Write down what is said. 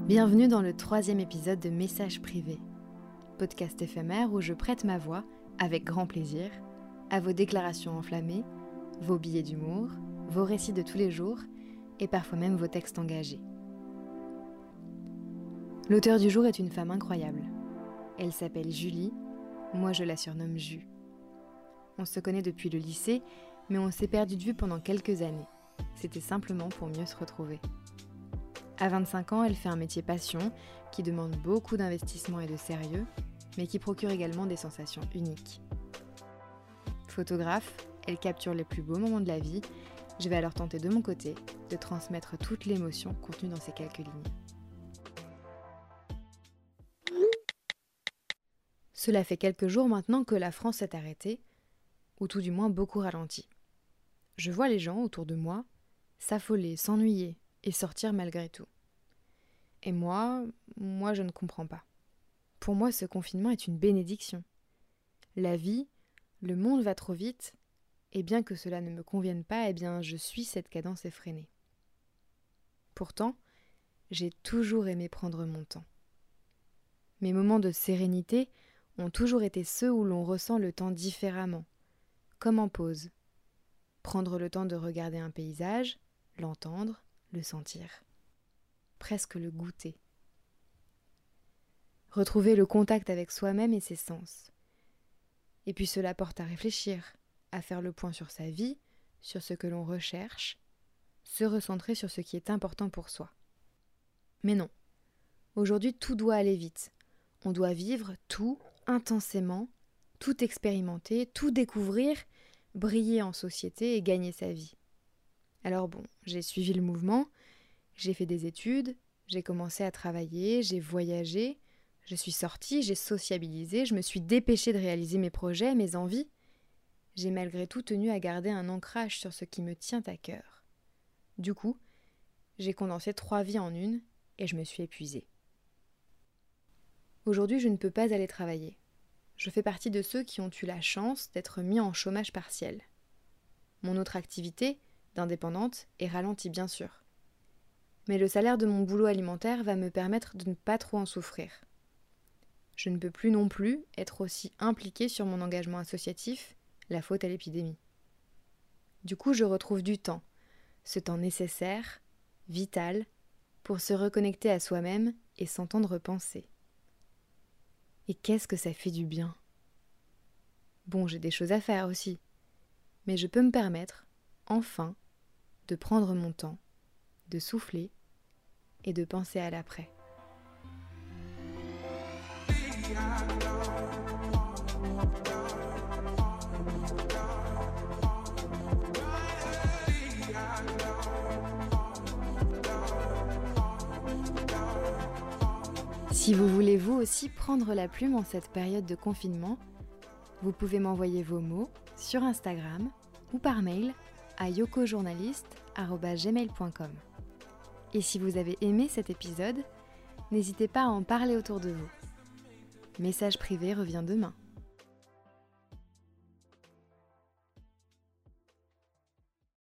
Bienvenue dans le 3e épisode de Messages privés, podcast éphémère où je prête ma voix, avec grand plaisir, à vos déclarations enflammées, vos billets d'humour, vos récits de tous les jours et parfois même vos textes engagés. L'auteur du jour est une femme incroyable. Elle s'appelle Julie, moi je la surnomme Ju. On se connaît depuis le lycée, mais on s'est perdu de vue pendant quelques années. C'était simplement pour mieux se retrouver. À 25 ans, elle fait un métier passion qui demande beaucoup d'investissement et de sérieux, mais qui procure également des sensations uniques. Photographe, elle capture les plus beaux moments de la vie. Je vais alors tenter de mon côté de transmettre toute l'émotion contenue dans ces quelques lignes. Cela fait quelques jours maintenant que la France s'est arrêtée, ou tout du moins beaucoup ralenti. Je vois les gens autour de moi s'affoler, s'ennuyer et sortir malgré tout. Et moi je ne comprends pas. Pour moi, ce confinement est une bénédiction. La vie, le monde va trop vite, et bien que cela ne me convienne pas, je suis cette cadence effrénée. Pourtant, j'ai toujours aimé prendre mon temps. Mes moments de sérénité ont toujours été ceux où l'on ressent le temps différemment, comme en pause. Prendre le temps de regarder un paysage, l'entendre, le sentir. Presque le goûter. Retrouver le contact avec soi-même et ses sens. Et puis cela porte à réfléchir, à faire le point sur sa vie, sur ce que l'on recherche, se recentrer sur ce qui est important pour soi. Mais non, aujourd'hui tout doit aller vite. On doit vivre tout intensément, tout expérimenter, tout découvrir, briller en société et gagner sa vie. Alors bon, j'ai suivi le mouvement, j'ai fait des études, j'ai commencé à travailler, j'ai voyagé, je suis sortie, j'ai sociabilisé, je me suis dépêchée de réaliser mes projets, mes envies. J'ai malgré tout tenu à garder un ancrage sur ce qui me tient à cœur. Du coup, j'ai condensé 3 vies en une et je me suis épuisée. Aujourd'hui, je ne peux pas aller travailler. Je fais partie de ceux qui ont eu la chance d'être mis en chômage partiel. Mon autre activité, d'indépendante, est ralentie bien sûr. Mais le salaire de mon boulot alimentaire va me permettre de ne pas trop en souffrir. Je ne peux plus non plus être aussi impliquée sur mon engagement associatif, la faute à l'épidémie. Du coup, je retrouve du temps, ce temps nécessaire, vital, pour se reconnecter à soi-même et s'entendre penser. Et qu'est-ce que ça fait du bien ? Bon, j'ai des choses à faire aussi, mais je peux me permettre, enfin, de prendre mon temps, de souffler et de penser à l'après. Si vous voulez vous aussi prendre la plume en cette période de confinement, vous pouvez m'envoyer vos mots sur Instagram ou par mail à yokojournaliste@gmail.com. Et si vous avez aimé cet épisode, n'hésitez pas à en parler autour de vous. Message privé revient demain.